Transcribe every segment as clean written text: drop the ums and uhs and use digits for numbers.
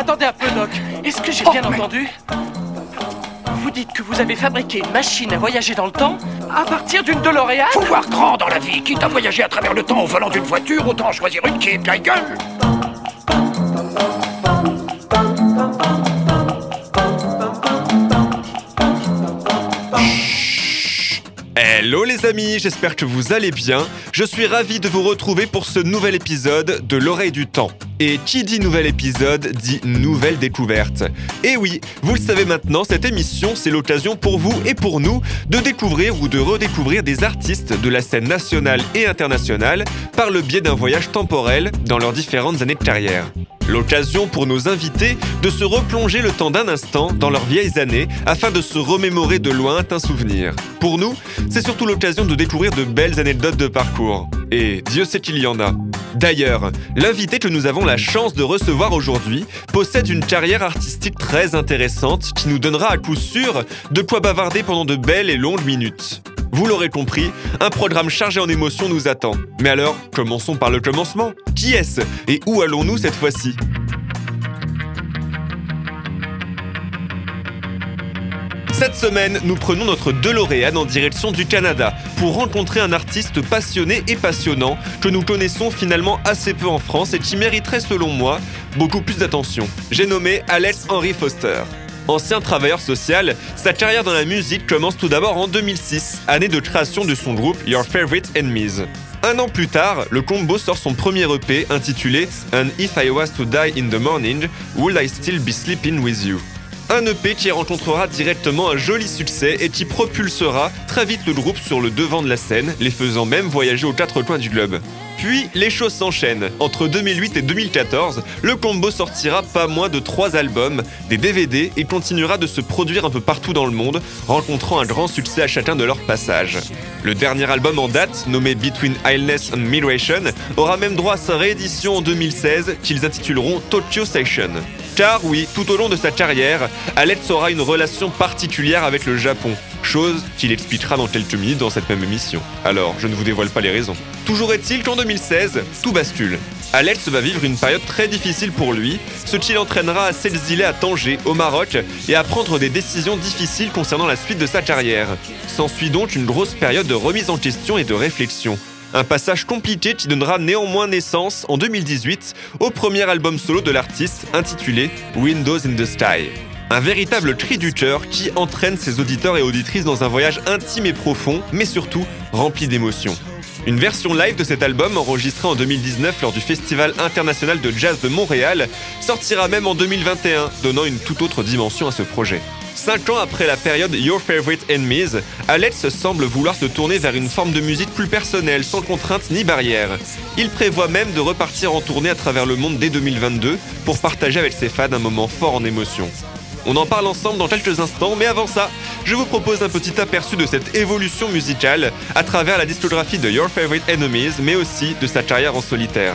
Attendez un peu, Doc. Est-ce que j'ai bien entendu ? Vous dites que vous avez fabriqué une machine à voyager dans le temps à partir d'une DeLorean ? Faut voir grand dans la vie. Quitte à voyager à travers le temps au volant d'une voiture, autant en choisir une qui est bien gueule. Hello les amis, j'espère que vous allez bien. Je suis ravi de vous retrouver pour ce nouvel épisode de l'Oreille du Temps. Et qui dit nouvel épisode dit nouvelle découverte. Et oui, vous le savez maintenant, cette émission, c'est l'occasion pour vous et pour nous de découvrir ou de redécouvrir des artistes de la scène nationale et internationale par le biais d'un voyage temporel dans leurs différentes années de carrière. L'occasion pour nos invités de se replonger le temps d'un instant dans leurs vieilles années afin de se remémorer de lointains souvenirs. Pour nous, c'est surtout l'occasion de découvrir de belles anecdotes de parcours. Et Dieu sait qu'il y en a. D'ailleurs, l'invité que nous avons la chance de recevoir aujourd'hui possède une carrière artistique très intéressante qui nous donnera à coup sûr de quoi bavarder pendant de belles et longues minutes. Vous l'aurez compris, un programme chargé en émotions nous attend. Mais alors, commençons par le commencement. Qui est-ce et où allons-nous cette fois-ci ? Cette semaine, nous prenons notre DeLorean en direction du Canada pour rencontrer un artiste passionné et passionnant que nous connaissons finalement assez peu en France et qui mériterait selon moi beaucoup plus d'attention. J'ai nommé Alex Henry Foster. Ancien travailleur social, sa carrière dans la musique commence tout d'abord en 2006, année de création de son groupe Your Favorite Enemies. Un an plus tard, le combo sort son premier EP intitulé « And If I Was to Die in the Morning, Would I Still Be Sleeping With You ?» Un EP qui rencontrera directement un joli succès et qui propulsera très vite le groupe sur le devant de la scène, les faisant même voyager aux quatre coins du globe. Puis, les choses s'enchaînent. Entre 2008 et 2014, le combo sortira pas moins de 3 albums, des DVD et continuera de se produire un peu partout dans le monde, rencontrant un grand succès à chacun de leurs passages. Le dernier album en date, nommé Between Illness and Migration, aura même droit à sa réédition en 2016, qu'ils intituleront Tokyo Session. Car oui, tout au long de sa carrière, Alex aura une relation particulière avec le Japon, chose qu'il expliquera dans quelques minutes dans cette même émission. Alors, je ne vous dévoile pas les raisons. Toujours est-il qu'en 2016, tout bascule. Alex va vivre une période très difficile pour lui, ce qui l'entraînera à s'exiler à Tanger, au Maroc, et à prendre des décisions difficiles concernant la suite de sa carrière. S'ensuit donc une grosse période de remise en question et de réflexion. Un passage compliqué qui donnera néanmoins naissance, en 2018, au premier album solo de l'artiste, intitulé Windows in the Sky. Un véritable cri du cœur qui entraîne ses auditeurs et auditrices dans un voyage intime et profond, mais surtout rempli d'émotions. Une version live de cet album, enregistrée en 2019 lors du Festival international de jazz de Montréal, sortira même en 2021, donnant une toute autre dimension à ce projet. 5 ans après la période Your Favorite Enemies, Alex semble vouloir se tourner vers une forme de musique plus personnelle, sans contraintes ni barrières. Il prévoit même de repartir en tournée à travers le monde dès 2022 pour partager avec ses fans un moment fort en émotion. On en parle ensemble dans quelques instants, mais avant ça, je vous propose un petit aperçu de cette évolution musicale à travers la discographie de Your Favorite Enemies, mais aussi de sa carrière en solitaire.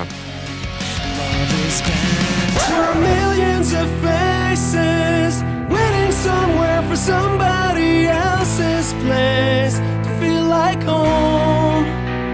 Somewhere for somebody else's place to feel like home.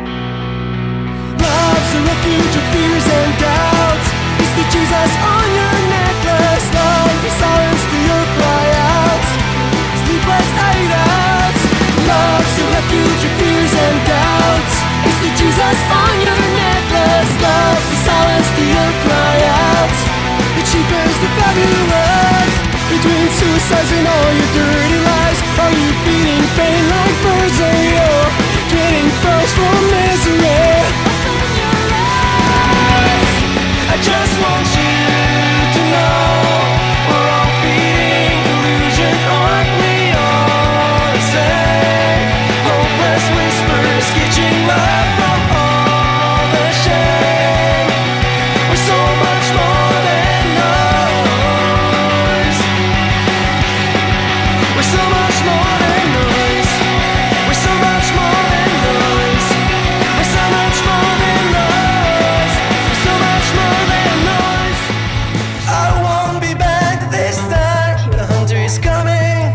Love's a refuge of fears and doubts. It's the Jesus on your necklace. Love the silence to your cry outs. Sleepless night outs. Love's a refuge of fears and doubts. It's the Jesus on your necklace. Love the silence to your cry outs. The cheapest, the fabulous. Between suicides and all your dirty lies, are you feeding pain like birds? Are you getting pearls from misery? Open your eyes. I just want you to know we're all feeding illusions, aren't we all the same? Hopeless whispers sketching love from all the shame. We're so much more than noise. We're so much more than noise. We're so much more than noise. We're so much more than noise. We're so much more than noise. I won't be back this time. The hunter is coming.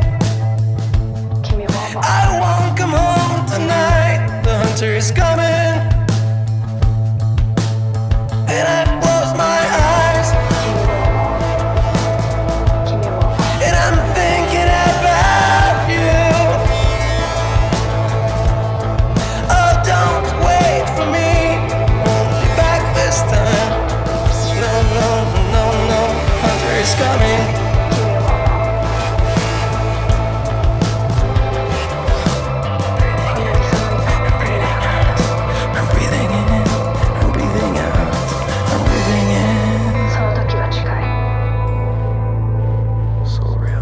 I won't come home tonight. The hunter is coming. And I close my eyes. coming. I'm breathing in, I'm breathing out, I'm breathing in. その時は近い So real,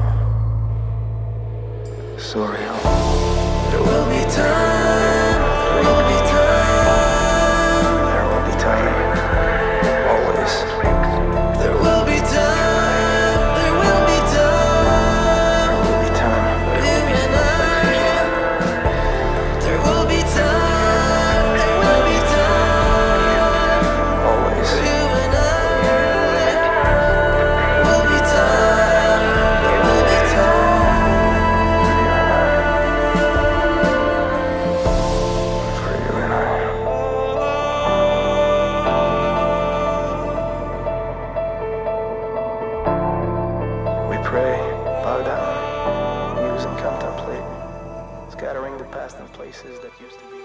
so real. There will be time, there will be time, there will be time, always. There will be time, there will be time, there will be time, you and I. There will be time, there will be time, always. You and I. There will be time, there will be time. For you and I. We pray, bow down, muse and contemplate, scattering the past in places that used to be.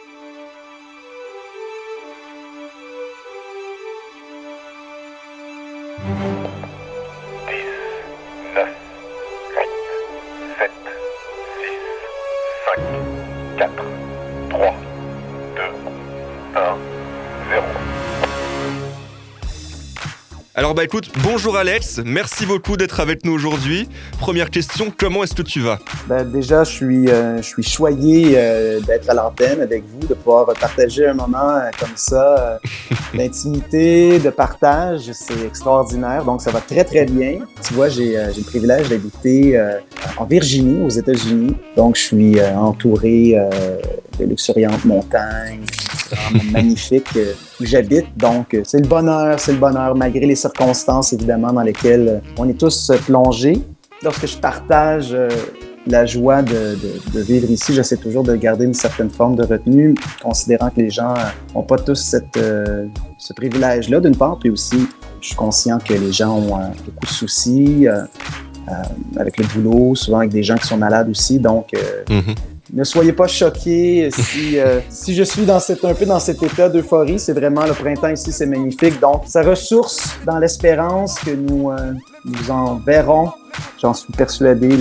Alors bah écoute, bonjour Alex, merci beaucoup d'être avec nous aujourd'hui. Première question, comment est-ce que tu vas ? Déjà, je suis choyé d'être à l'antenne avec vous, de pouvoir partager un moment comme ça, d'intimité, de partage. C'est extraordinaire, donc ça va très très bien. Tu vois, j'ai le privilège d'habiter en Virginie, aux États-Unis. Donc je suis entouré de luxuriantes montagnes, vraiment magnifiques où j'habite. Donc c'est le bonheur malgré les circonstances évidemment dans lesquelles on est tous plongés. Lorsque je partage la joie de vivre ici, j'essaie toujours de garder une certaine forme de retenue, considérant que les gens n'ont pas tous ce privilège-là, d'une part, puis aussi, je suis conscient que les gens ont beaucoup de soucis avec le boulot, souvent avec des gens qui sont malades aussi, donc ne soyez pas choqués si je suis un peu dans cet état d'euphorie. C'est vraiment le printemps ici, c'est magnifique. Donc, ça ressource dans l'espérance que nous en verrons, j'en suis persuadé,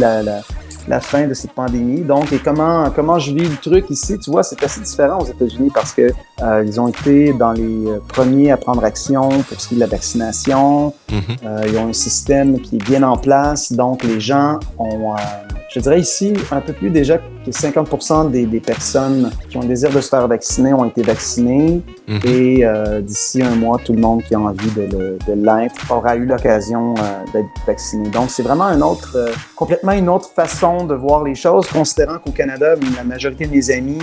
la fin de cette pandémie. Donc, et comment je vis le truc ici, tu vois, c'est assez différent aux États-Unis parce que ils ont été dans les premiers à prendre action pour ce qui est de la vaccination. Ils ont un système qui est bien en place. Donc, les gens ont... je dirais ici, un peu plus déjà que 50% des personnes qui ont le désir de se faire vacciner ont été vaccinées. Et d'ici un mois, tout le monde qui a envie de l'être aura eu l'occasion d'être vacciné. Donc, c'est vraiment complètement une autre façon de voir les choses, considérant qu'au Canada, la majorité de mes amis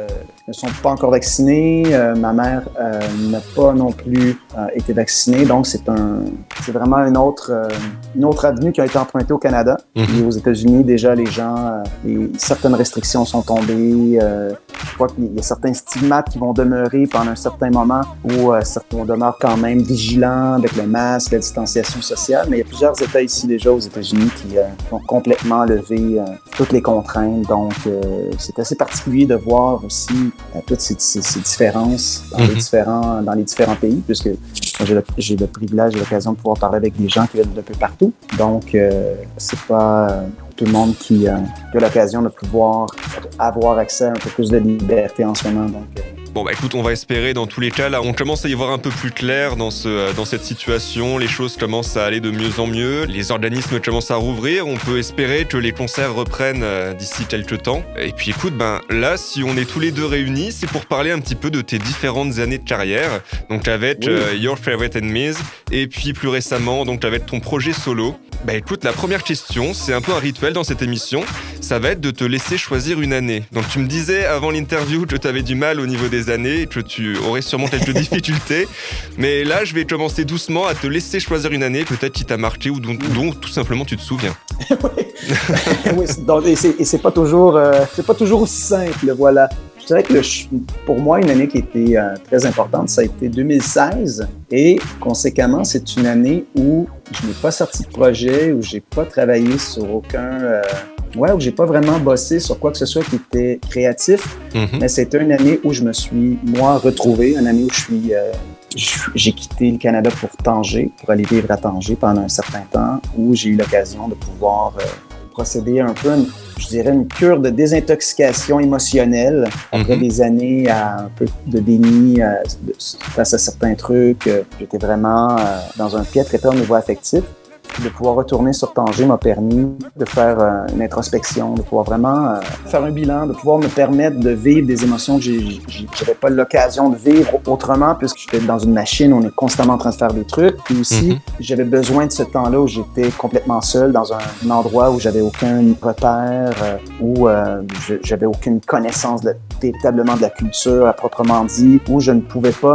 ne sont pas encore vaccinés. Ma mère n'a pas non plus été vaccinée. Donc, c'est vraiment une autre avenue qui a été empruntée au Canada. Et aux États-Unis, déjà, les gens, certaines restrictions sont tombées. Je crois qu'il y a certains stigmates qui vont demeurer pendant un certain moment où on demeure quand même vigilant avec le masque, la distanciation sociale. Mais il y a plusieurs États ici déjà aux États-Unis qui ont complètement levé toutes les contraintes. Donc, c'est assez particulier de voir aussi toutes ces différences dans les différents pays, puisque j'ai le privilège et l'occasion de pouvoir parler avec des gens qui viennent d'un peu partout. Donc, c'est pas tout le monde qui a l'occasion de pouvoir avoir accès à un peu plus de liberté en ce moment. Donc, Bon bah écoute, on va espérer dans tous les cas, là on commence à y voir un peu plus clair dans cette situation, les choses commencent à aller de mieux en mieux, les organismes commencent à rouvrir, on peut espérer que les concerts reprennent d'ici quelques temps. Et puis écoute, là si on est tous les deux réunis, c'est pour parler un petit peu de tes différentes années de carrière, donc avec Your Favorite Enemies, et puis plus récemment, donc avec ton projet solo. Bah écoute, la première question, c'est un peu un rituel dans cette émission, ça va être de te laisser choisir une année. Donc tu me disais avant l'interview que tu avais du mal au niveau des années, que tu aurais sûrement quelques difficultés, mais là je vais commencer doucement à te laisser choisir une année, peut-être qui t'a marqué ou dont tout simplement tu te souviens. Oui, c'est pas toujours aussi simple, voilà. Je dirais que pour moi, une année qui était très importante, ça a été 2016 et conséquemment, c'est une année où je n'ai pas sorti de projet, où j'ai pas travaillé sur où j'ai pas vraiment bossé sur quoi que ce soit qui était créatif, mais c'était une année où je me suis, moi, retrouvé, une année où j'ai quitté le Canada pour Tanger, pour aller vivre à Tanger pendant un certain temps, où j'ai eu l'occasion de pouvoir procéder un peu, je dirais, une cure de désintoxication émotionnelle après des années à un peu de déni face à certains trucs. J'étais vraiment dans un piètre état au niveau affectif. De pouvoir retourner sur Tanger m'a permis de faire une introspection, de pouvoir vraiment faire un bilan, de pouvoir me permettre de vivre des émotions que j'avais pas l'occasion de vivre autrement, puisque j'étais dans une machine où on est constamment en train de faire des trucs. Puis aussi, j'avais besoin de ce temps-là où j'étais complètement seul dans un endroit où j'avais aucun repère, où j'avais aucune connaissance véritablement de la culture à proprement dit, où je ne pouvais pas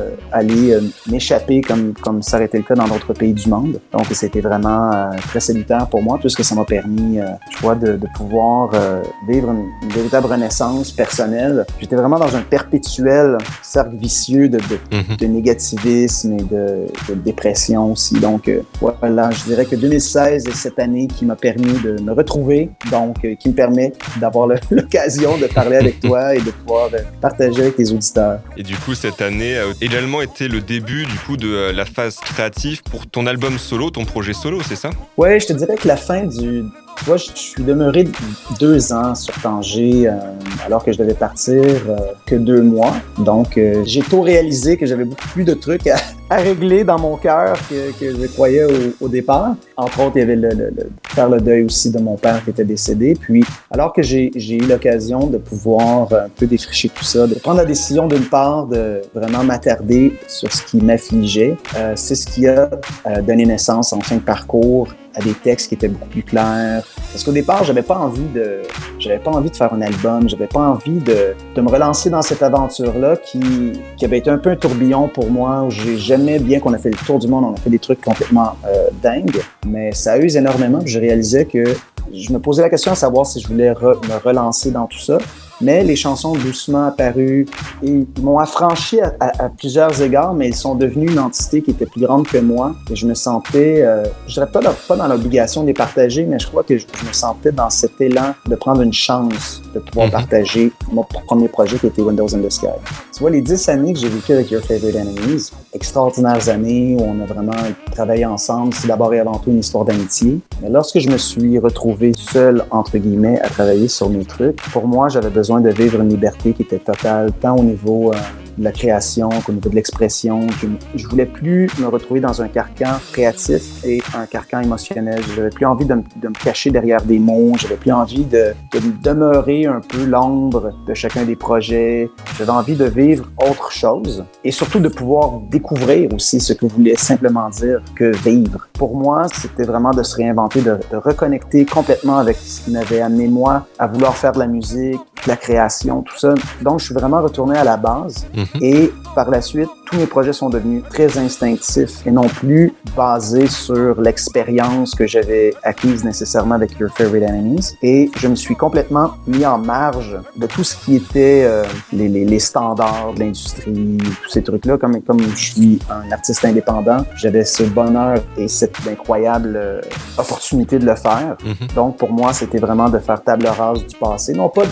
aller m'échapper comme ça aurait été le cas dans d'autres pays du monde. Donc, c'était vraiment très salutaire pour moi, puisque ça m'a permis, je crois, de pouvoir vivre une véritable renaissance personnelle. J'étais vraiment dans un perpétuel cercle vicieux de négativisme et de dépression aussi. Donc, voilà, je dirais que 2016 est cette année qui m'a permis de me retrouver, donc qui me permet d'avoir l'occasion de parler avec toi et de pouvoir partager avec les auditeurs. Et du coup, cette année a également été le début du coup de la phase créative pour ton album solo, ton projet solo, c'est ça? Oui, je te dirais que la fin du... Tu vois, je suis demeuré 2 ans sur Tanger alors que je devais partir que 2 mois. Donc, j'ai tôt réalisé que j'avais beaucoup plus de trucs à régler dans mon cœur que je croyais au départ. Entre autres, il y avait faire le deuil aussi de mon père qui était décédé. Puis, alors que j'ai eu l'occasion de pouvoir un peu défricher tout ça, de prendre la décision d'une part de vraiment m'attarder sur ce qui m'affligeait, c'est ce qui a donné naissance en fin de parcours à des textes qui étaient beaucoup plus clairs. Parce qu'au départ, j'avais pas envie de faire un album, j'avais pas envie de me relancer dans cette aventure-là qui avait été un peu un tourbillon pour moi, où j'ai jamais, bien qu'on a fait le tour du monde, on a fait des trucs complètement dingues, mais ça use énormément, puis je réalisais que je me posais la question à savoir si je voulais me relancer dans tout ça. Mais les chansons doucement apparues et m'ont affranchi à plusieurs égards, mais ils sont devenus une entité qui était plus grande que moi. Et je me sentais, je dirais pas dans l'obligation de les partager, mais je crois que je me sentais dans cet élan de prendre une chance de pouvoir partager mon premier projet qui était Windows in the Sky. Tu vois, les 10 années que j'ai vécues avec Your Favorite Enemies, extraordinaires années où on a vraiment travaillé ensemble, c'est d'abord et avant tout une histoire d'amitié. Mais lorsque je me suis retrouvé seul, entre guillemets, à travailler sur mes trucs, pour moi, j'avais besoin de vivre une liberté qui était totale, tant au niveau de la création qu'au niveau de l'expression. Je voulais plus me retrouver dans un carcan créatif et un carcan émotionnel. J'avais plus envie de me cacher derrière des mots. J'avais plus envie de demeurer un peu l'ombre de chacun des projets. J'avais envie de vivre autre chose et surtout de pouvoir découvrir aussi ce que voulait simplement dire que vivre. Pour moi, c'était vraiment de se réinventer, de reconnecter complètement avec ce qui m'avait amené moi à vouloir faire de la musique, de la création, tout ça. Donc, je suis vraiment retourné à la base. Et par la suite, tous mes projets sont devenus très instinctifs et non plus basés sur l'expérience que j'avais acquise nécessairement avec Your Favorite Enemies. Et je me suis complètement mis en marge de tout ce qui était les standards de l'industrie, tous ces trucs-là. Comme je suis un artiste indépendant, j'avais ce bonheur et cette incroyable opportunité de le faire. Donc, pour moi, c'était vraiment de faire table rase du passé. Non pas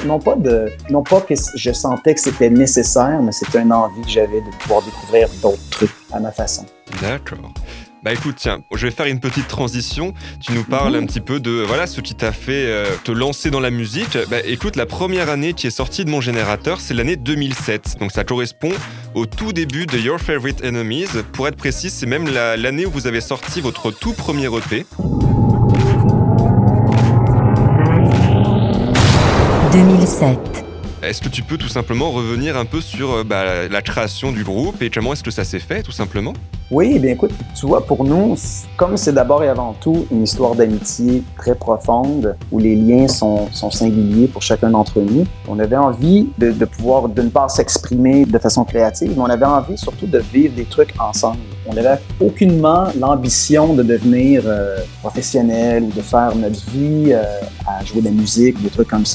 que je sentais que c'était nécessaire, mais c'était une envie que j'avais de pouvoir découvrir d'autres trucs à ma façon. D'accord. Bah écoute, tiens, je vais faire une petite transition. Tu nous parles un petit peu de ce qui t'a fait te lancer dans la musique. Bah écoute, la première année qui est sortie de mon générateur, c'est l'année 2007. Donc ça correspond au tout début de Your Favorite Enemies. Pour être précis, c'est même l'année où vous avez sorti votre tout premier EP. 2007. Est-ce que tu peux tout simplement revenir un peu sur la création du groupe et comment est-ce que ça s'est fait, tout simplement? Oui, bien écoute, tu vois, pour nous, comme c'est d'abord et avant tout une histoire d'amitié très profonde, où les liens sont singuliers pour chacun d'entre nous, on avait envie de pouvoir, d'une part, s'exprimer de façon créative, mais on avait envie surtout de vivre des trucs ensemble. On n'avait aucunement l'ambition de devenir professionnel ou de faire notre vie à jouer de la musique, des trucs comme ça.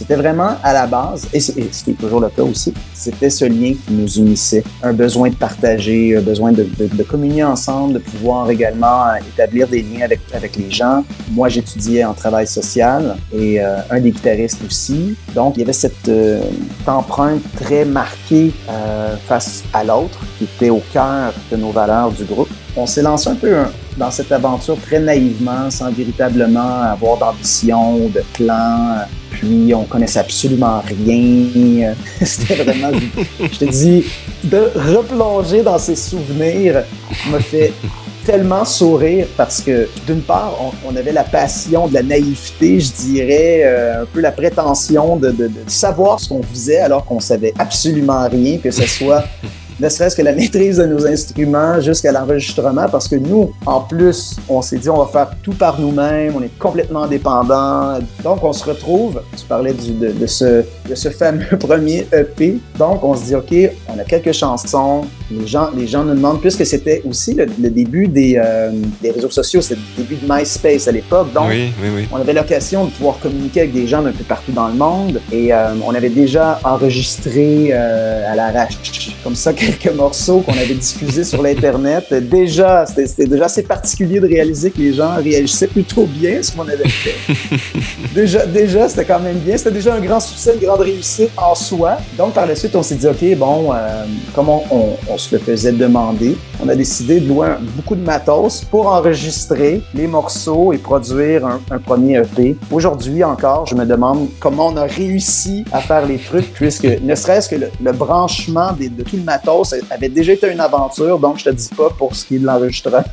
C'était vraiment à la base, et ce qui est toujours le cas aussi, c'était ce lien qui nous unissait. Un besoin de partager, un besoin de communier ensemble, de pouvoir également établir des liens avec les gens. Moi, j'étudiais en travail social et un des guitaristes aussi. Donc, il y avait cette empreinte très marquée face à l'autre qui était au cœur de nos valeurs du groupe. On s'est lancé un peu dans cette aventure très naïvement, sans véritablement avoir d'ambition, de plan. Puis, on connaissait absolument rien. C'était vraiment, je te dis, de replonger dans ces souvenirs me fait tellement sourire parce que, d'une part, on avait la passion de la naïveté, je dirais, un peu la prétention de savoir ce qu'on faisait alors qu'on savait absolument rien, que ce soit ne serait-ce que la maîtrise de nos instruments jusqu'à l'enregistrement, parce que nous, en plus, on s'est dit on va faire tout par nous-mêmes, on est complètement indépendants. Donc, on se retrouve, tu parlais de ce fameux premier EP, donc on se dit, OK, on a quelques chansons, les gens nous demandent, puisque c'était aussi le début des réseaux sociaux, c'était le début de MySpace à l'époque, donc oui. On avait l'occasion de pouvoir communiquer avec des gens d'un peu partout dans le monde, et on avait déjà enregistré à l'arrache, comme ça, quelques morceaux qu'on avait diffusés sur l'Internet. Déjà, c'était déjà assez particulier de réaliser que les gens réagissaient plutôt bien à ce qu'on avait fait. Déjà, c'était quand même bien. C'était déjà un grand succès, une grande réussite en soi. Donc, par la suite, on s'est dit, OK, bon, comme on se le faisait demander, on a décidé de louer beaucoup de matos pour enregistrer les morceaux et produire un premier EP. Aujourd'hui encore, je me demande comment on a réussi à faire les trucs, puisque ne serait-ce que le branchement de tout le matos avait déjà été une aventure, donc je te dis pas pour ce qui est de l'enregistrement.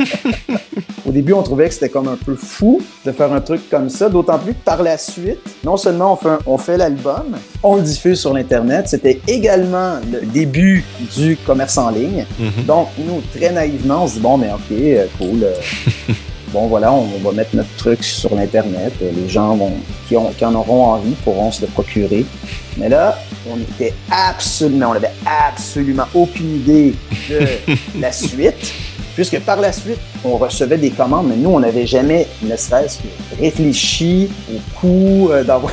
Au début, on trouvait que c'était comme un peu fou de faire un truc comme ça, d'autant plus que par la suite, non seulement on fait l'album, on le diffuse sur l'Internet, c'était également le début du commerce en ligne. Mm-hmm. Donc, nous, très naïvement, on se dit, bon, mais OK, cool. Bon, voilà, on va mettre notre truc sur l'Internet. Les gens qui en auront envie pourront se le procurer. Mais là, on n'avait absolument aucune idée de la suite. Puisque par la suite, on recevait des commandes, mais nous, on n'avait jamais, ne serait-ce que réfléchi au coût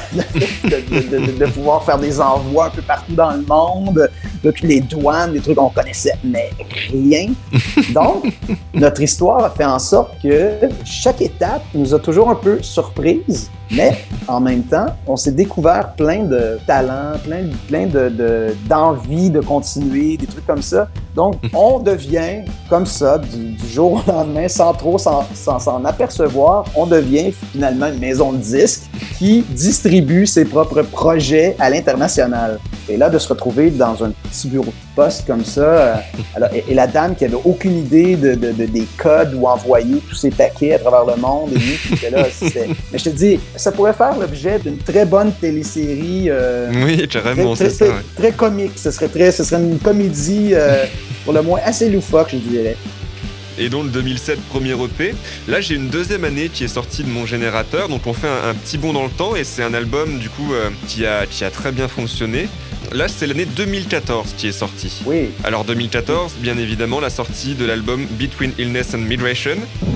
de pouvoir faire des envois un peu partout dans le monde, depuis les douanes, des trucs qu'on connaissait, mais rien. Donc, notre histoire a fait en sorte que chaque étape nous a toujours un peu surprise, mais en même temps, on s'est découvert plein de talents, plein d'envie de continuer, des trucs comme ça. Donc, on devient comme ça, du jour au lendemain, sans trop s'en apercevoir, on devient finalement une maison de disques qui distribue ses propres projets à l'international. Et là, de se retrouver dans un petit bureau de poste comme ça, et la dame qui avait aucune idée des codes où envoyer tous ces paquets à travers le monde, et nous, qui était là, mais je te dis, ça pourrait faire l'objet d'une très bonne télésérie. Oui, carrément, c'est ça. Très comique, ce serait une comédie, pour le moins assez loufoque, je dirais. Et donc le 2007, premier EP. Là, j'ai une deuxième année qui est sortie de mon générateur, donc on fait un petit bond dans le temps, et c'est un album du coup qui a très bien fonctionné. Là, c'est l'année 2014 qui est sorti. Oui. Alors 2014, bien évidemment, la sortie de l'album Between Illness and Migration.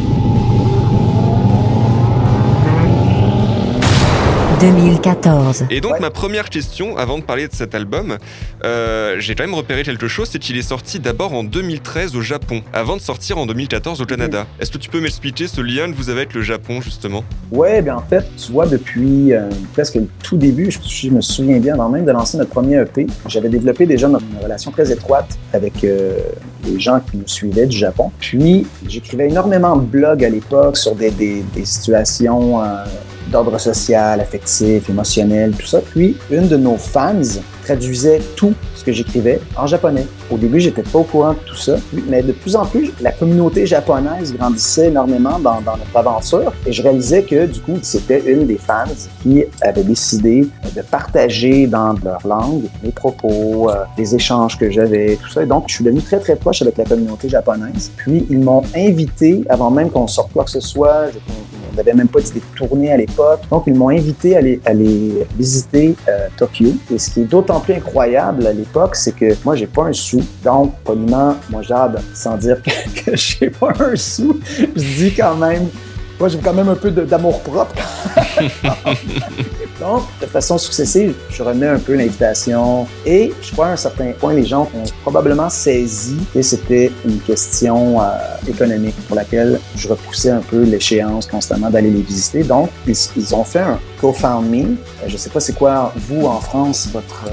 2014. Et donc ma première question, avant de parler de cet album, j'ai quand même repéré quelque chose, c'est qu'il est sorti d'abord en 2013 au Japon, avant de sortir en 2014 au Canada. Est-ce que tu peux m'expliquer ce lien que vous avez avec le Japon, justement? Ouais, bien en fait, tu vois, depuis presque le tout début, je me souviens bien, avant même de lancer notre premier EP, j'avais développé déjà une relation très étroite avec les gens qui nous suivaient du Japon. Puis, j'écrivais énormément de blogs à l'époque sur des situations d'ordre social, affectif, émotionnel, tout ça. Puis, une de nos fans traduisait tout ce que j'écrivais en japonais. Au début, j'étais pas au courant de tout ça, mais de plus en plus, la communauté japonaise grandissait énormément dans notre aventure, et je réalisais que, du coup, c'était une des fans qui avait décidé de partager dans leur langue mes propos, les échanges que j'avais, tout ça. Et donc, je suis devenu très, très proche avec la communauté japonaise. Puis, ils m'ont invité, avant même qu'on sorte quoi que ce soit, on n'avait même pas d'idée de tourner à l'époque. Donc, ils m'ont invité à aller visiter Tokyo. Et ce qui est d'autant plus incroyable à l'époque, c'est que moi, j'ai pas un sou. Donc, poliment, moi, Jade, sans dire que j'ai pas un sou, je dis quand même, moi, j'ai quand même un peu d'amour propre. Donc, de façon successive, je remets un peu l'invitation et je crois à un certain point, les gens ont probablement saisi que c'était une question économique pour laquelle je repoussais un peu l'échéance constamment d'aller les visiter. Donc, ils ont fait un GoFundMe. Je ne sais pas c'est quoi, vous, en France, votre...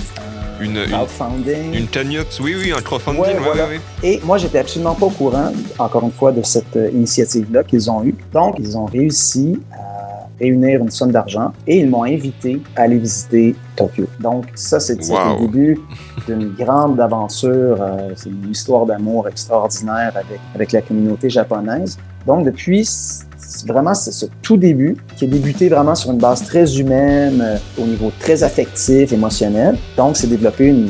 crowdfunding. Une cagnotte, oui, un crowdfunding, ouais, voilà. oui. Et moi, j'étais absolument pas au courant, encore une fois, de cette initiative-là qu'ils ont eue. Donc, ils ont réussi à réunir une somme d'argent et ils m'ont invité à aller visiter Tokyo. Donc, ça, c'est le début d'une grande aventure. C'est une histoire d'amour extraordinaire avec la communauté japonaise. Donc, depuis vraiment ce tout début qui a débuté vraiment sur une base très humaine, au niveau très affectif, émotionnel. Donc, c'est développé une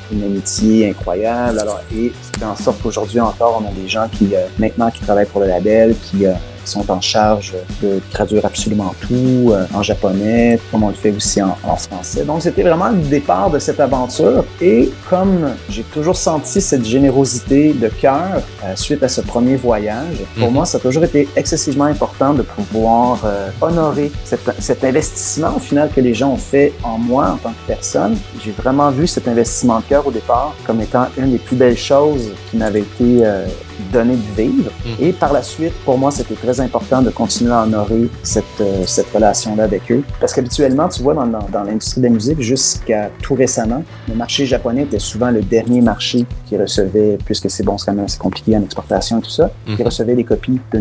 amitié incroyable. Alors, et ça fait en sorte qu'aujourd'hui encore, on a des gens qui, maintenant, qui travaillent pour le label, qui sont en charge de traduire absolument tout en japonais, comme on le fait aussi en français. Donc, c'était vraiment le départ de cette aventure. Et comme j'ai toujours senti cette générosité de cœur suite à ce premier voyage, pour moi, ça a toujours été excessivement important de pouvoir honorer cet investissement, au final, que les gens ont fait en moi en tant que personne. J'ai vraiment vu cet investissement de cœur au départ comme étant une des plus belles choses qui m'avait été donné de vivre. Et par la suite, pour moi, c'était très important de continuer à honorer cette relation-là avec eux. Parce qu'habituellement, tu vois, dans l'industrie de la musique, jusqu'à tout récemment, le marché japonais était souvent le dernier marché qui recevait, puisque c'est bon, c'est quand même assez compliqué en exportation et tout ça, qui recevait des copies de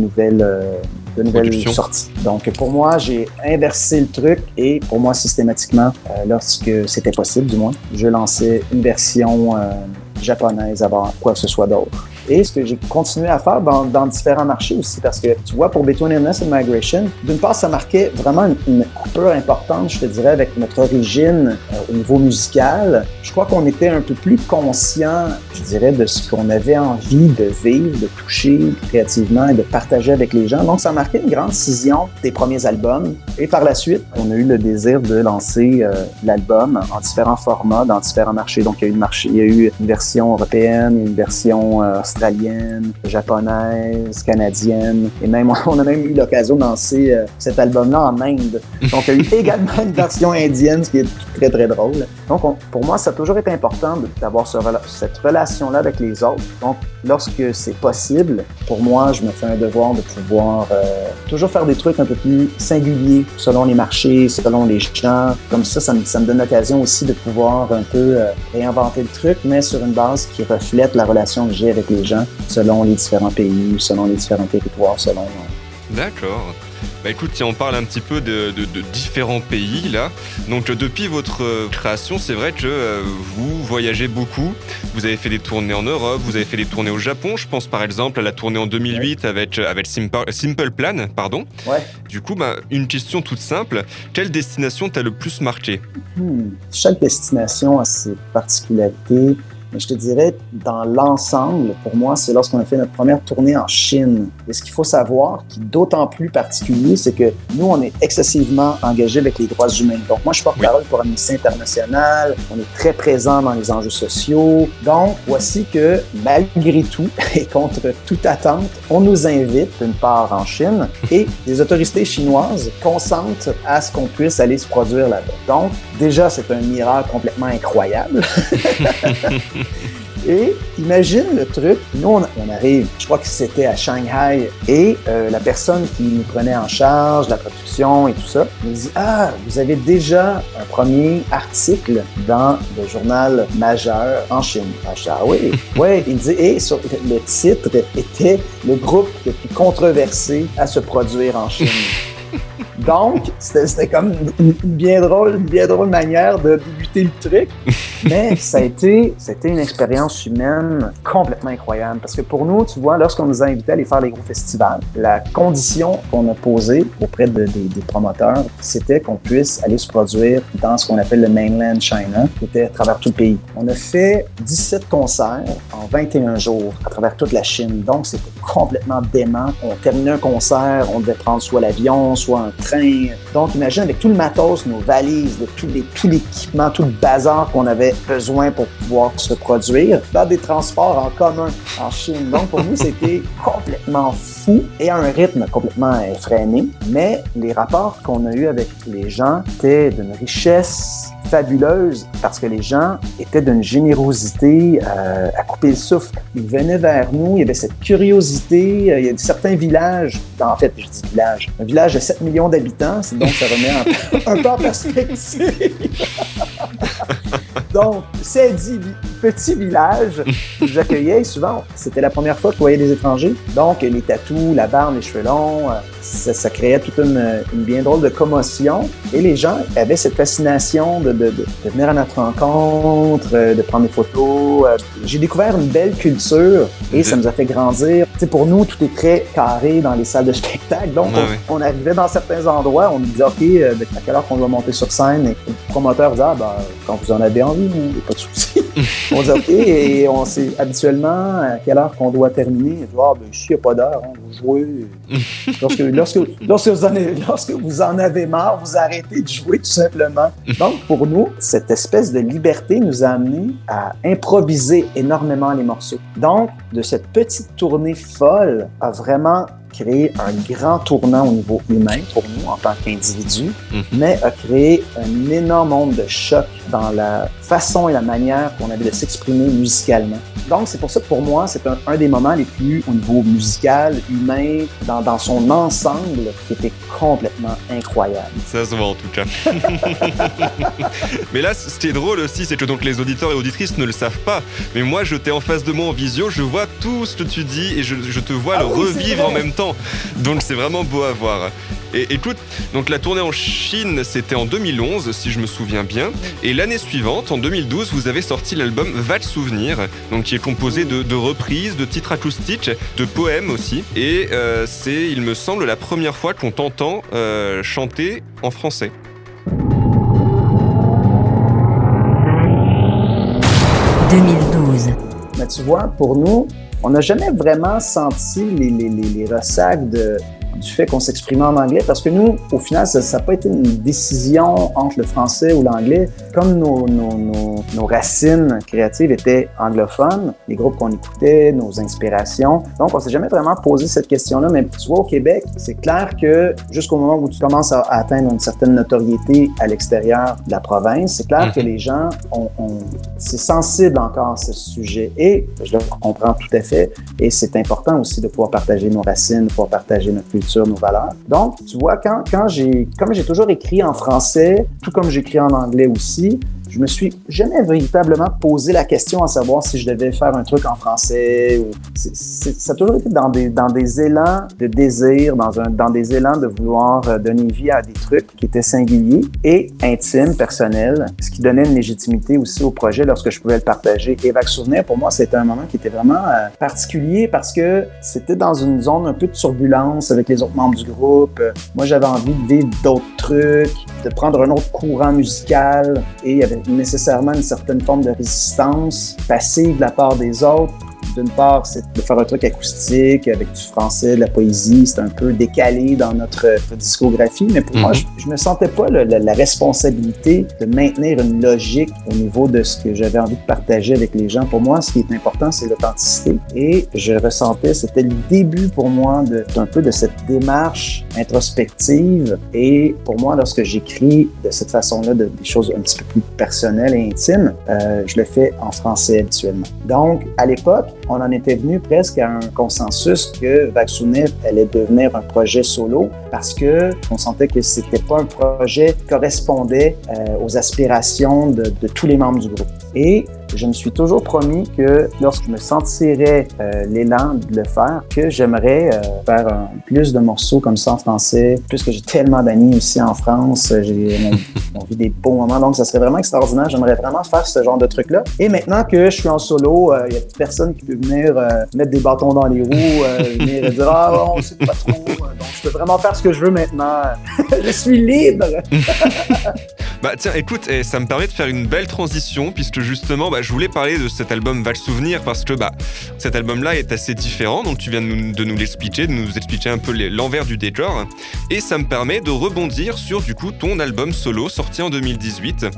nouvelles sorties. Donc, pour moi, j'ai inversé le truc et pour moi, systématiquement, lorsque c'était possible, du moins, je lançais une version japonaise avant quoi que ce soit d'autre. Et ce que j'ai continué à faire dans différents marchés aussi, parce que tu vois, pour Between Illness and Migration, d'une part, ça marquait vraiment une coupure importante, je te dirais, avec notre origine au niveau musical. Je crois qu'on était un peu plus conscient, je dirais, de ce qu'on avait envie de vivre, de toucher créativement et de partager avec les gens. Donc, ça marquait une grande scission des premiers albums. Et par la suite, on a eu le désir de lancer l'album en différents formats, dans différents marchés. Donc, il y a eu une version européenne, une version australienne, japonaise, canadienne, et même on a même eu l'occasion de lancer cet album-là en Inde. Donc, il y a eu également une version indienne, ce qui est très, très drôle. Donc, pour moi, ça a toujours été important d'avoir cette relation-là avec les autres. Donc, lorsque c'est possible, pour moi, je me fais un devoir de pouvoir toujours faire des trucs un peu plus singuliers selon les marchés, selon les gens. Comme ça me donne l'occasion aussi de pouvoir un peu réinventer le truc, mais sur une base qui reflète la relation que j'ai avec les gens selon les différents pays, selon les différents territoires, selon... D'accord. Bah écoute, tiens, on parle un petit peu de différents pays là. Donc depuis votre création, c'est vrai que vous voyagez beaucoup. Vous avez fait des tournées en Europe, vous avez fait des tournées au Japon. Je pense par exemple à la tournée en 2008 avec Simple Plan, pardon. Ouais. Du coup, une question toute simple. Quelle destination t'a le plus marqué? Chaque destination a ses particularités. Mais je te dirais, dans l'ensemble, pour moi, c'est lorsqu'on a fait notre première tournée en Chine. Et ce qu'il faut savoir, qui est d'autant plus particulier, c'est que nous, on est excessivement engagés avec les droits humains. Donc, moi, je porte parole pour Amnesty International. On est très présent dans les enjeux sociaux. Donc, voici que, malgré tout, et contre toute attente, on nous invite, d'une part, en Chine, et les autorités chinoises consentent à ce qu'on puisse aller se produire là-bas. Donc, déjà, c'est un miracle complètement incroyable. Et imagine le truc, nous on arrive, je crois que c'était à Shanghai, et la personne qui nous prenait en charge, la production et tout ça, nous dit « Ah, vous avez déjà un premier article dans le journal majeur en Chine. » Ah oui, oui, il dit « Et sur, le titre était le groupe le plus controversé à se produire en Chine. » Donc, c'était comme une bien drôle manière de débuter le truc. Mais c'était une expérience humaine complètement incroyable. Parce que pour nous, tu vois, lorsqu'on nous a invités à aller faire les gros festivals, la condition qu'on a posée auprès des promoteurs, c'était qu'on puisse aller se produire dans ce qu'on appelle le mainland China, qui était à travers tout le pays. On a fait 17 concerts en 21 jours à travers toute la Chine. Donc, c'était complètement dément. On terminait un concert, on devait prendre soit l'avion, soit un train train. Donc, imagine avec tout le matos, nos valises, tout l'équipement, tout le bazar qu'on avait besoin pour pouvoir se produire dans des transports en commun en Chine. Donc, pour nous, c'était complètement fou et à un rythme complètement effréné. Mais les rapports qu'on a eus avec les gens étaient d'une richesse fabuleuse parce que les gens étaient d'une générosité à couper le souffle. Ils venaient vers nous, il y avait cette curiosité. Il y a certains villages, en fait, je dis village, un village de 7 millions d'habitants, donc ça remet un peu en perspective. Donc, ces 10 petits villages nous accueillaient souvent. C'était la première fois qu'ils voyaient des étrangers. Donc, les tatous, la barbe, les cheveux longs, ça créait toute une bien drôle de commotion. Et les gens avaient cette fascination de venir à notre rencontre, de prendre des photos. J'ai découvert une belle culture et ça nous a fait grandir. T'sais, pour nous, tout est très carré dans les salles de spectacle. Donc, on arrivait dans certains endroits, on nous disait, OK, à quelle heure qu'on doit monter sur scène? Et le promoteur disait, quand vous en avez envie, il n'y a pas de souci. On dit OK, et on sait habituellement à quelle heure qu'on doit terminer. Il dit, ici, il n'y a pas d'heure, vous jouez. Lorsque vous en avez marre, vous arrêtez de jouer tout simplement. Donc, pour nous, cette espèce de liberté nous a amené à improviser énormément les morceaux. Donc, de cette petite tournée folle a vraiment créé un grand tournant au niveau humain pour nous en tant qu'individus, mais a créé un énorme onde de choc dans la façon et la manière qu'on avait de s'exprimer musicalement. Donc, c'est pour ça que pour moi, c'est un des moments les plus, au niveau musical, humain, dans son ensemble, qui était complètement incroyable. Ça se voit en tout cas. Mais là, ce qui est drôle aussi, c'est que donc les auditeurs et auditrices ne le savent pas, mais moi, je t'ai en face de moi en visio, je vois tout ce que tu dis et je te vois le revivre en même temps. Donc, c'est vraiment beau à voir. Et écoute, donc la tournée en Chine, c'était en 2011, si je me souviens bien. Et l'année suivante, en 2012, vous avez sorti l'album Vagues Souvenirs, donc qui est composé de reprises, de titres acoustiques, de poèmes aussi. Et c'est, il me semble, la première fois qu'on t'entend chanter en français. « 2012. » Mais tu vois, pour nous, on n'a jamais vraiment senti les ressacs du fait qu'on s'exprimait en anglais, parce que nous, au final, ça n'a pas été une décision entre le français ou l'anglais. Comme nos racines créatives étaient anglophones, les groupes qu'on écoutait, nos inspirations, donc on s'est jamais vraiment posé cette question-là. Mais tu vois, au Québec, c'est clair que jusqu'au moment où tu commences à atteindre une certaine notoriété à l'extérieur de la province, c'est clair que les gens c'est sensible encore à ce sujet. Et je le comprends tout à fait. Et c'est important aussi de pouvoir partager nos racines, de pouvoir partager notre culture, nos valeurs. Donc, tu vois, comme j'ai toujours écrit en français, tout comme j'écris en anglais aussi, je me suis jamais véritablement posé la question à savoir si je devais faire un truc en français. Ça a toujours été dans des élans de désir, dans des élans de vouloir donner vie à des trucs qui étaient singuliers et intimes, personnels, ce qui donnait une légitimité aussi au projet lorsque je pouvais le partager. Et Vagues Souvenirs, pour moi, c'était un moment qui était vraiment particulier parce que c'était dans une zone un peu de turbulence avec les autres membres du groupe. Moi, j'avais envie de vivre d'autres trucs, de prendre un autre courant musical et il y avait nécessairement une certaine forme de résistance passive de la part des autres. D'une part, c'est de faire un truc acoustique avec du français, de la poésie. C'est un peu décalé dans notre discographie, mais pour moi, je me sentais pas la responsabilité de maintenir une logique au niveau de ce que j'avais envie de partager avec les gens. Pour moi, ce qui est important, c'est l'authenticité. Et je ressentais, c'était le début pour moi d'un peu de cette démarche introspective. Et pour moi, lorsque j'écris de cette façon-là des choses un petit peu plus personnelles et intimes, je le fais en français habituellement. Donc, à l'époque, on en était venu presque à un consensus que Vagues Souvenirs allait devenir un projet solo parce que on sentait que c'était pas un projet qui correspondait aux aspirations de tous les membres du groupe. Et je me suis toujours promis que lorsque je me sentirais l'élan de le faire, que j'aimerais faire plus de morceaux comme ça en français, puisque j'ai tellement d'amis aussi en France, on vit des beaux moments, donc ça serait vraiment extraordinaire. J'aimerais vraiment faire ce genre de truc-là. Et maintenant que je suis en solo, il y a petite personne qui peut venir mettre des bâtons dans les roues, venir dire « Ah, on sait pas trop, donc je peux vraiment faire ce que je veux maintenant. Je suis libre! » Bah tiens, écoute, ça me permet de faire une belle transition puisque justement, je voulais parler de cet album Va le souvenir parce que cet album-là est assez différent, donc tu viens de nous l'expliquer, de nous expliquer un peu l'envers du décor, et ça me permet de rebondir sur du coup ton album solo sorti en 2018.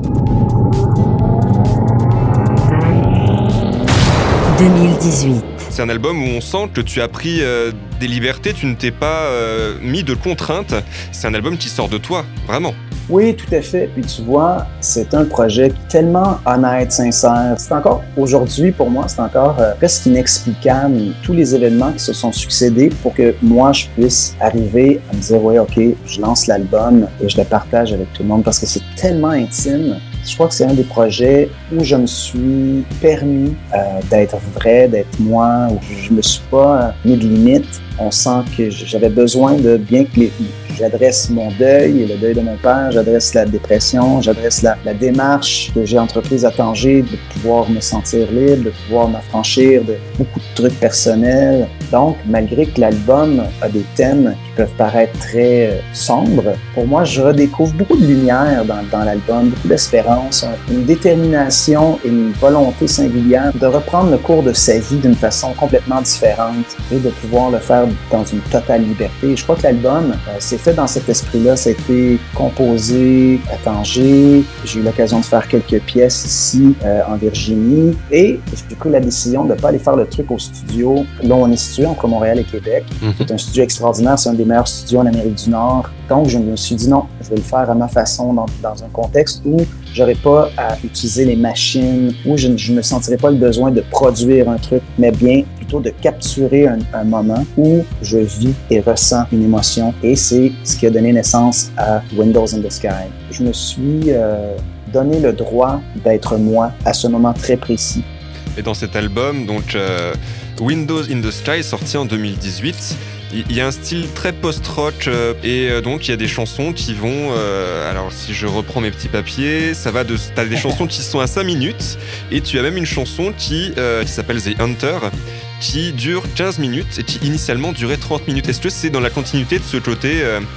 2018. C'est un album où on sent que tu as pris des libertés, tu ne t'es pas mis de contraintes. C'est un album qui sort de toi, vraiment. Oui, tout à fait. Puis tu vois, c'est un projet tellement honnête, sincère. C'est encore, aujourd'hui, pour moi, c'est encore presque inexplicable tous les événements qui se sont succédés pour que moi, je puisse arriver à me dire, oui, OK, je lance l'album et je le partage avec tout le monde parce que c'est tellement intime. Je crois que c'est un des projets où je me suis permis d'être vrai, d'être moi, où je me suis pas mis de limites. On sent que j'avais besoin de bien que j'adresse mon deuil et le deuil de mon père, j'adresse la dépression, j'adresse la démarche que j'ai entreprise à Tanger, de pouvoir me sentir libre, de pouvoir m'affranchir de beaucoup de trucs personnels. Donc, malgré que l'album a des thèmes qui peuvent paraître très sombres, pour moi, je redécouvre beaucoup de lumière dans l'album, beaucoup d'espérance, une détermination et une volonté singulière de reprendre le cours de sa vie d'une façon complètement différente et de pouvoir le faire dans une totale liberté. Je crois que l'album s'est fait dans cet esprit-là. Ça a été composé à Tanger. J'ai eu l'occasion de faire quelques pièces ici en Virginie. Et j'ai pris la décision de ne pas aller faire le truc au studio. Là, on est situé entre Montréal et Québec. C'est un studio extraordinaire. C'est un des meilleurs studios en Amérique du Nord. Donc, je me suis dit non, je vais le faire à ma façon dans un contexte où j'aurais pas à utiliser les machines, où je ne me sentirais pas le besoin de produire un truc, mais bien plutôt de capturer un moment où je vis et ressens une émotion. Et c'est ce qui a donné naissance à Windows in the Sky. Je me suis donné le droit d'être moi à ce moment très précis. Et dans cet album, donc Windows in the Sky, sorti en 2018, il y a un style très post-rock et donc il y a des chansons qui vont... alors si je reprends mes petits papiers, ça va de... T'as des chansons qui sont à 5 minutes et tu as même une chanson qui s'appelle The Hunter qui dure 15 minutes et qui initialement durait 30 minutes. Est-ce que c'est dans la continuité de ce côté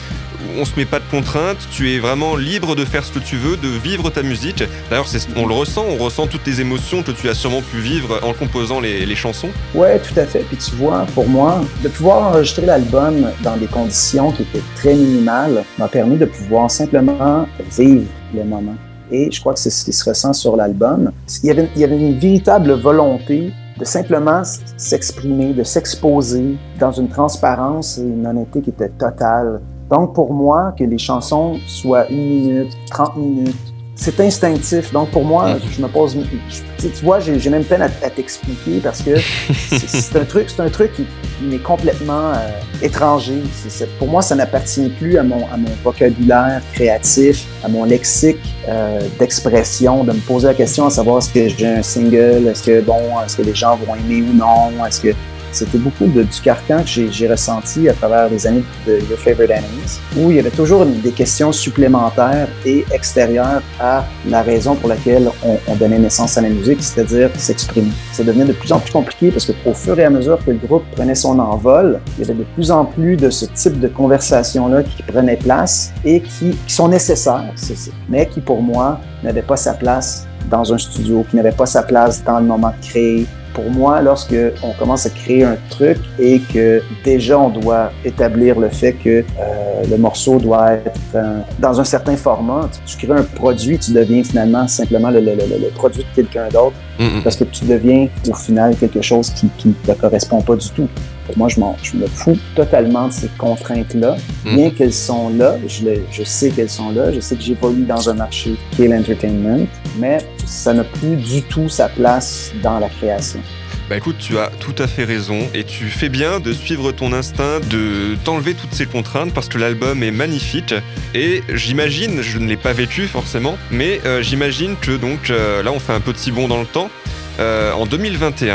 où on se met pas de contraintes, tu es vraiment libre de faire ce que tu veux, de vivre ta musique. D'ailleurs, on ressent toutes les émotions que tu as sûrement pu vivre en composant les chansons. Ouais, tout à fait. Puis tu vois, pour moi, de pouvoir enregistrer l'album dans des conditions qui étaient très minimales m'a permis de pouvoir simplement vivre les moments. Et je crois que c'est ce qui se ressent sur l'album. Il y avait une véritable volonté de simplement s'exprimer, de s'exposer dans une transparence et une honnêteté qui était totale. Donc, pour moi, que les chansons soient 1 minute, 30 minutes, c'est instinctif. Donc, pour moi, je me pose... Tu vois, j'ai même peine à t'expliquer parce que c'est un truc qui m'est complètement étranger. Pour moi, ça n'appartient plus à mon vocabulaire créatif, à mon lexique d'expression, de me poser la question à savoir est-ce que j'ai un single, est-ce que les gens vont aimer ou non, est-ce que... C'était beaucoup du carcan que j'ai ressenti à travers les années de Your Favorite Enemies, où il y avait toujours des questions supplémentaires et extérieures à la raison pour laquelle on donnait naissance à la musique, c'est-à-dire s'exprimer. Ça devenait de plus en plus compliqué parce qu'au fur et à mesure que le groupe prenait son envol, il y avait de plus en plus de ce type de conversations-là qui prenaient place et qui sont nécessaires, mais qui pour moi n'avaient pas sa place dans un studio, qui n'avaient pas sa place dans le moment de créer. Pour moi, lorsque on commence à créer un truc et que déjà on doit établir le fait que le morceau doit être dans un certain format, tu crées un produit, tu deviens finalement simplement le produit de quelqu'un d'autre parce que tu deviens au final quelque chose qui ne te correspond pas du tout. Pour moi, je me fous totalement de ces contraintes-là. Bien qu'elles sont là, je sais qu'elles sont là, je sais que j'évolue dans un marché qui est l'entertainment, mais ça n'a plus du tout sa place dans la création. Bah écoute, tu as tout à fait raison et tu fais bien de suivre ton instinct, de t'enlever toutes ces contraintes parce que l'album est magnifique et j'imagine, je ne l'ai pas vécu forcément, mais j'imagine que donc là on fait un petit bond dans le temps. En 2021,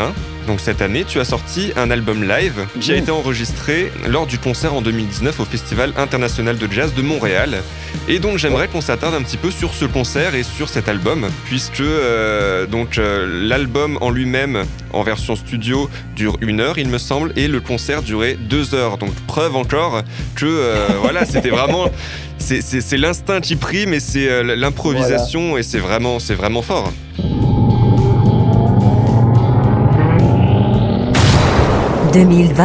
donc cette année, tu as sorti un album live qui a été enregistré lors du concert en 2019 au Festival international de jazz de Montréal. Et donc j'aimerais qu'on s'attarde un petit peu sur ce concert et sur cet album, puisque l'album en lui-même, en version studio, dure 1 heure, il me semble, et le concert durait 2 heures. Donc preuve encore que voilà, c'était vraiment... C'est l'instinct qui prime et c'est l'improvisation, et c'est vraiment fort. « 2021 »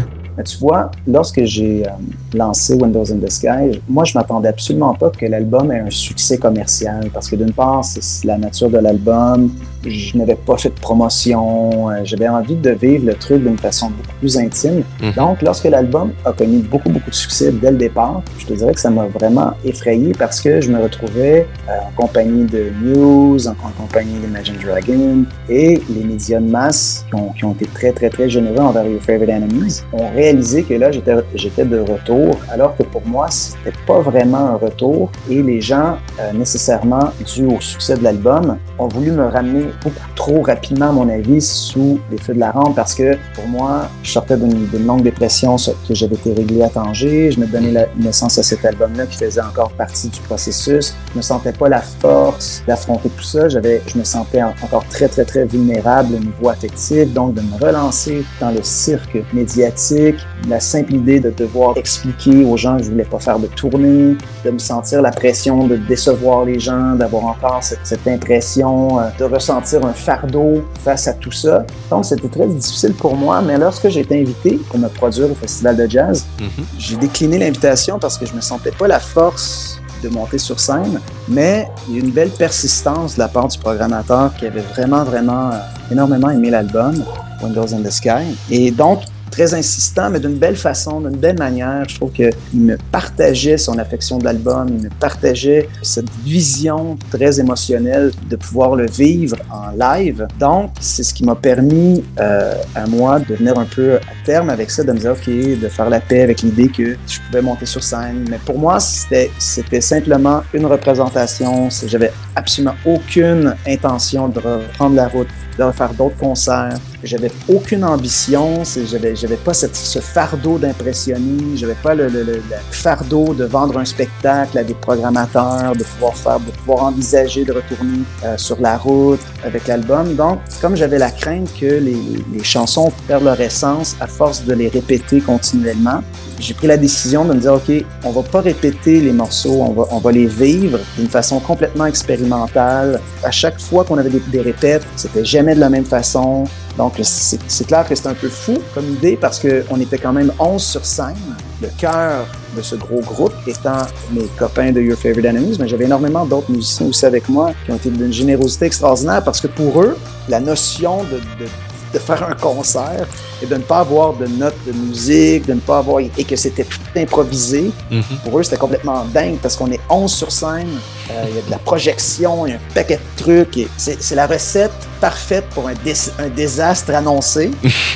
Tu vois, lorsque j'ai lancé Windows in the Sky, moi, je m'attendais absolument pas que l'album ait un succès commercial, parce que d'une part, c'est la nature de l'album, je n'avais pas fait de promotion, j'avais envie de vivre le truc d'une façon beaucoup plus intime. Donc, lorsque l'album a connu beaucoup de succès dès le départ, je te dirais que ça m'a vraiment effrayé parce que je me retrouvais en compagnie de Muse, en compagnie d'Imagine Dragon, et les médias de masse qui ont été très généreux envers Your Favorite Enemies ont réalisé que là, j'étais de retour, alors que pour moi, c'était pas vraiment un retour, et les gens, nécessairement, dû au succès de l'album, ont voulu me ramener beaucoup trop rapidement, à mon avis, sous les feux de la rampe, parce que pour moi, je sortais d'une longue dépression que j'avais été réglé à Tanger, je me donnais la naissance à cet album-là qui faisait encore partie du processus, je me sentais pas la force d'affronter tout ça, je me sentais encore très vulnérable au niveau affectif, donc de me relancer dans le cirque médiatique, la simple idée de devoir expliquer aux gens que je voulais pas faire de tournée, de me sentir la pression de décevoir les gens, d'avoir encore cette impression de ressentir un fardeau face à tout ça. Donc, c'était très difficile pour moi, mais lorsque j'ai été invité pour me produire au Festival de jazz, j'ai décliné l'invitation parce que je me sentais pas la force de monter sur scène, mais il y a une belle persistance de la part du programmateur qui avait vraiment énormément aimé l'album Windows in the Sky. Et donc, très insistant, mais d'une belle façon, d'une belle manière. Je trouve qu'il me partageait son affection de l'album, il me partageait cette vision très émotionnelle de pouvoir le vivre en live. Donc, c'est ce qui m'a permis à moi de venir un peu à terme avec ça, de me dire, OK, de faire la paix avec l'idée que je pouvais monter sur scène. Mais pour moi, c'était simplement une représentation. J'avais absolument aucune intention de reprendre la route, de refaire d'autres concerts. J'avais aucune ambition, j'avais pas ce fardeau d'impressionner, j'avais pas le fardeau de vendre un spectacle à des programmateurs, de pouvoir envisager de retourner sur la route avec l'album. Donc, comme j'avais la crainte que les chansons perdent leur essence à force de les répéter continuellement, j'ai pris la décision de me dire, OK, on va pas répéter les morceaux, on va les vivre d'une façon complètement expérimentale. À chaque fois qu'on avait des répètes, c'était jamais de la même façon. Donc, c'est clair que c'est un peu fou comme idée parce qu'on était quand même 11 sur scène. Le cœur de ce gros groupe étant mes copains de Your Favorite Enemies, mais j'avais énormément d'autres musiciens aussi avec moi qui ont été d'une générosité extraordinaire parce que pour eux, la notion de faire un concert et de ne pas avoir de notes de musique, de ne pas avoir... et que c'était tout improvisé. Pour eux, c'était complètement dingue parce qu'on est 11 sur scène, il y a de la projection, il y a un paquet de trucs. Et c'est la recette parfaite pour un désastre annoncé.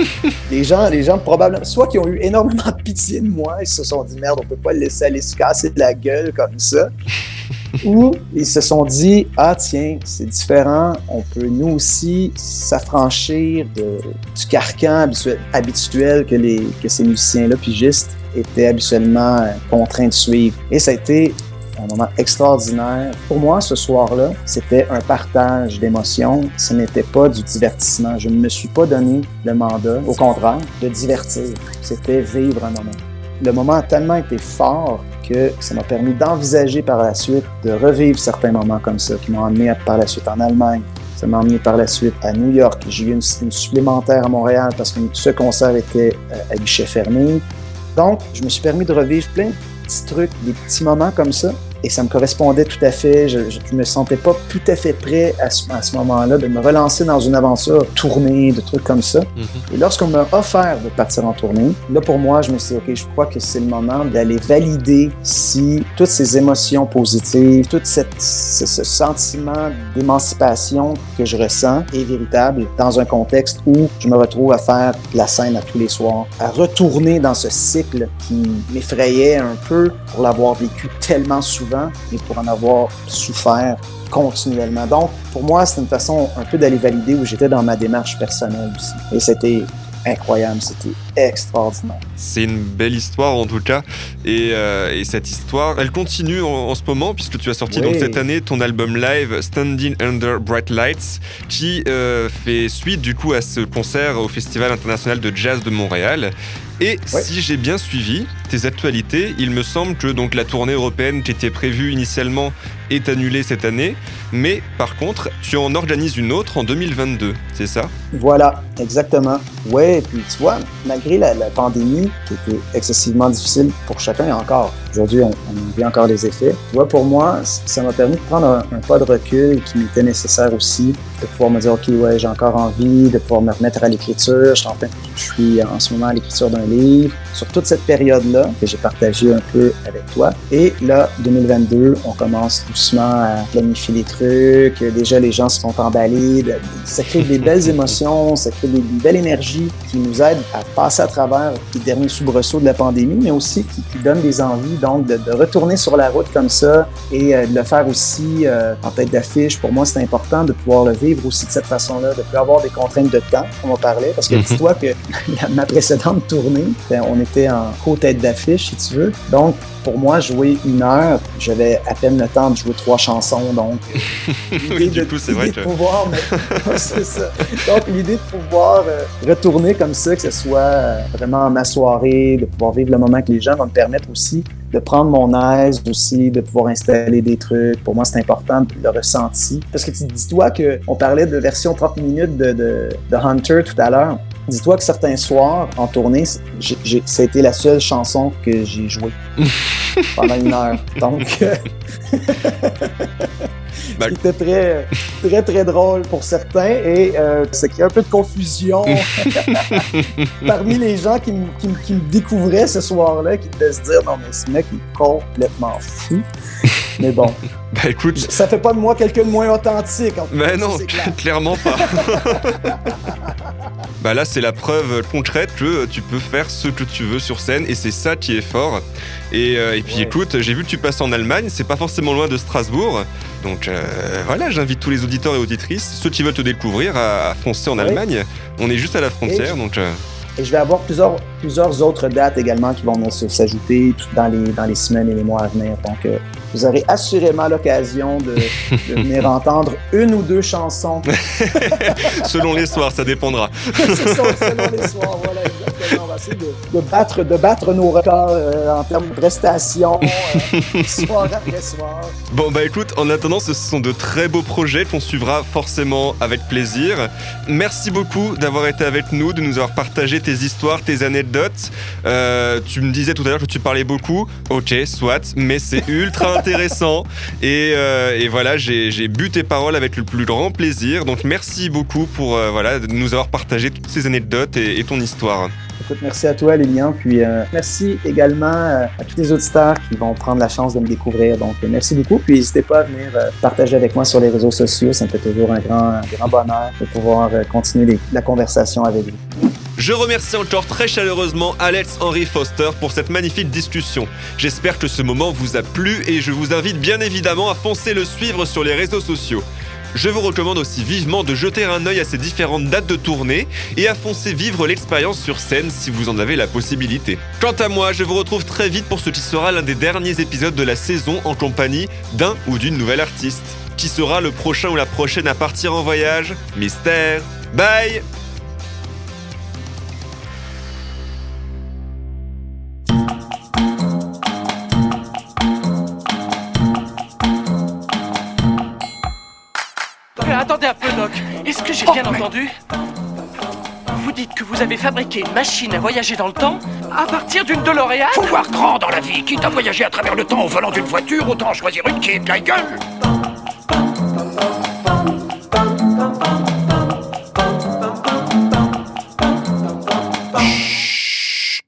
les gens probablement, soit qui ont eu énormément de pitié de moi, ils se sont dit « Merde, on peut pas le laisser aller se casser de la gueule comme ça. » Ou ils se sont dit « Ah tiens, c'est différent, on peut nous aussi s'affranchir du carcan habituel que ces musiciens-là pigistes étaient habituellement contraints de suivre. » Et ça a été un moment extraordinaire. Pour moi, ce soir-là, c'était un partage d'émotions. Ce n'était pas du divertissement. Je ne me suis pas donné le mandat, au contraire, de divertir. C'était vivre un moment. Le moment a tellement été fort que ça m'a permis d'envisager par la suite de revivre certains moments comme ça, qui m'ont emmené par la suite en Allemagne. Ça m'a emmené par la suite à New York. J'ai eu une supplémentaire à Montréal parce que ce concert était à guichet fermé. Donc, je me suis permis de revivre plein de petits trucs, des petits moments comme ça. Et ça me correspondait tout à fait. Je me sentais pas tout à fait prêt à ce moment-là de me relancer dans une aventure tournée, de trucs comme ça. Et lorsqu'on m'a offert de partir en tournée, là pour moi, je me suis dit, OK, je crois que c'est le moment d'aller valider si toutes ces émotions positives, tout ce sentiment d'émancipation que je ressens est véritable dans un contexte où je me retrouve à faire de la scène à tous les soirs, à retourner dans ce cycle qui m'effrayait un peu pour l'avoir vécu tellement souvent souvent et pour en avoir souffert continuellement. Donc, pour moi, c'est une façon un peu d'aller valider où j'étais dans ma démarche personnelle aussi. Et c'était incroyable, c'était extraordinaire. C'est une belle histoire en tout cas, et cette histoire, elle continue en ce moment puisque tu as sorti donc cette année ton album live Standing Under Bright Lights, qui fait suite du coup à ce concert au Festival international de jazz de Montréal. Et si j'ai bien suivi tes actualités, il me semble que donc la tournée européenne qui était prévue initialement est annulée cette année, mais par contre, tu en organises une autre en 2022, c'est ça? Voilà, exactement. Ouais, puis tu vois, malgré la pandémie qui était excessivement difficile pour chacun et encore, aujourd'hui, on vit encore les effets. Tu vois, pour moi, ça m'a permis de prendre un pas de recul qui m'était nécessaire aussi, de pouvoir me dire, OK, ouais, j'ai encore envie, de pouvoir me remettre à l'écriture. Je suis en ce moment à l'écriture d'un livre sur toute cette période-là que j'ai partagée un peu avec toi. Et là, 2022, on commence doucement à planifier les trucs. Déjà, les gens se sont emballés. Ça crée des belles émotions, ça crée une belle énergie qui nous aide à passer à travers les derniers soubresauts de la pandémie, mais aussi qui donne des envies donc de retourner sur la route comme ça et de le faire aussi en tête d'affiche. Pour moi, c'est important de pouvoir le vivre aussi de cette façon-là, de ne plus avoir des contraintes de temps, comme on parlait, parce que dis-toi que ma précédente tournée, on était en co-tête d'affiche, si tu veux. Donc, pour moi, jouer 1 heure, j'avais à peine le temps de jouer 3 chansons, donc oui, du coup, c'est vrai que... pouvoir, c'est ça. Donc, l'idée de pouvoir retourner comme ça, que ce soit vraiment ma soirée, de pouvoir vivre le moment que les gens vont me permettre aussi de prendre mon aise, aussi de pouvoir installer des trucs. Pour moi, c'est important le ressenti. Parce que dis-toi qu'on parlait de version 30 minutes de Hunter tout à l'heure. Dis-toi que certains soirs, en tournée, ça a été la seule chanson que j'ai jouée pendant 1 heure. Donc, c'était très, très, très drôle pour certains et ça crée un peu de confusion parmi les gens qui me découvraient ce soir-là, qui devaient se dire « Non, mais ce mec est complètement fou. » Mais bon, écoute, ça fait pas de moi quelqu'un de moins authentique. En fait. Mais non, clairement pas. Là, c'est la preuve concrète que tu peux faire ce que tu veux sur scène et c'est ça qui est fort. Et puis écoute, j'ai vu que tu passes en Allemagne, c'est pas forcément loin de Strasbourg. Donc voilà, j'invite tous les auditeurs et auditrices, ceux qui veulent te découvrir, à foncer en Allemagne. On est juste à la frontière, Et je vais avoir plusieurs autres dates également qui vont s'ajouter dans les semaines et les mois à venir. Donc, vous aurez assurément l'occasion de venir entendre 1 ou 2 chansons. Selon les soirs, ça dépendra. C'est ça, selon les soirs, voilà, exactement. On va essayer de battre nos records en termes de prestations, soir après soir. Bon, écoute, en attendant, ce sont de très beaux projets qu'on suivra forcément avec plaisir. Merci beaucoup d'avoir été avec nous, de nous avoir partagé tes histoires, tes anecdotes. Tu me disais tout à l'heure que tu parlais beaucoup. Ok, soit, mais c'est ultra intéressant. Et voilà, j'ai bu tes paroles avec le plus grand plaisir. Donc merci beaucoup pour de nous avoir partagé toutes ces anecdotes et ton histoire. Écoute, merci à toi, Lilian. Puis merci également à tous les auditeurs qui vont prendre la chance de me découvrir. Donc, merci beaucoup. Puis n'hésitez pas à venir partager avec moi sur les réseaux sociaux. Ça me fait toujours un grand bonheur de pouvoir continuer la conversation avec vous. Je remercie encore très chaleureusement Alex Henry Foster pour cette magnifique discussion. J'espère que ce moment vous a plu et je vous invite bien évidemment à foncer le suivre sur les réseaux sociaux. Je vous recommande aussi vivement de jeter un œil à ces différentes dates de tournée et à foncer vivre l'expérience sur scène si vous en avez la possibilité. Quant à moi, je vous retrouve très vite pour ce qui sera l'un des derniers épisodes de la saison en compagnie d'un ou d'une nouvelle artiste. Qui sera le prochain ou la prochaine à partir en voyage? Mystère. Bye! Attendez un peu, Doc. Est-ce que j'ai bien entendu? Vous dites que vous avez fabriqué une machine à voyager dans le temps à partir d'une DeLorean? Faut voir grand dans la vie. Quitte à voyager à travers le temps au volant d'une voiture, autant choisir une qui est de la gueule.